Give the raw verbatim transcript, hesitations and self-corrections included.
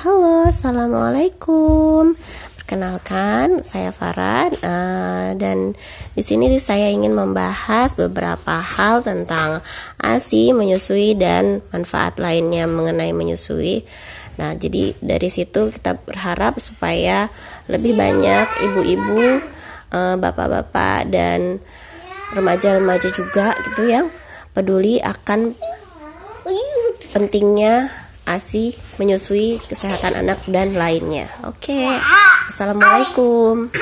Halo, assalamualaikum. Perkenalkan, saya Farah uh, dan di sini saya ingin membahas beberapa hal tentang ASI, menyusui dan manfaat lainnya mengenai menyusui. Nah, jadi dari situ kita berharap supaya lebih banyak ibu-ibu, uh, bapak-bapak dan remaja-remaja juga gitu yang peduli akan pentingnya ASI, menyusui, kesehatan anak dan lainnya. Oke, assalamualaikum.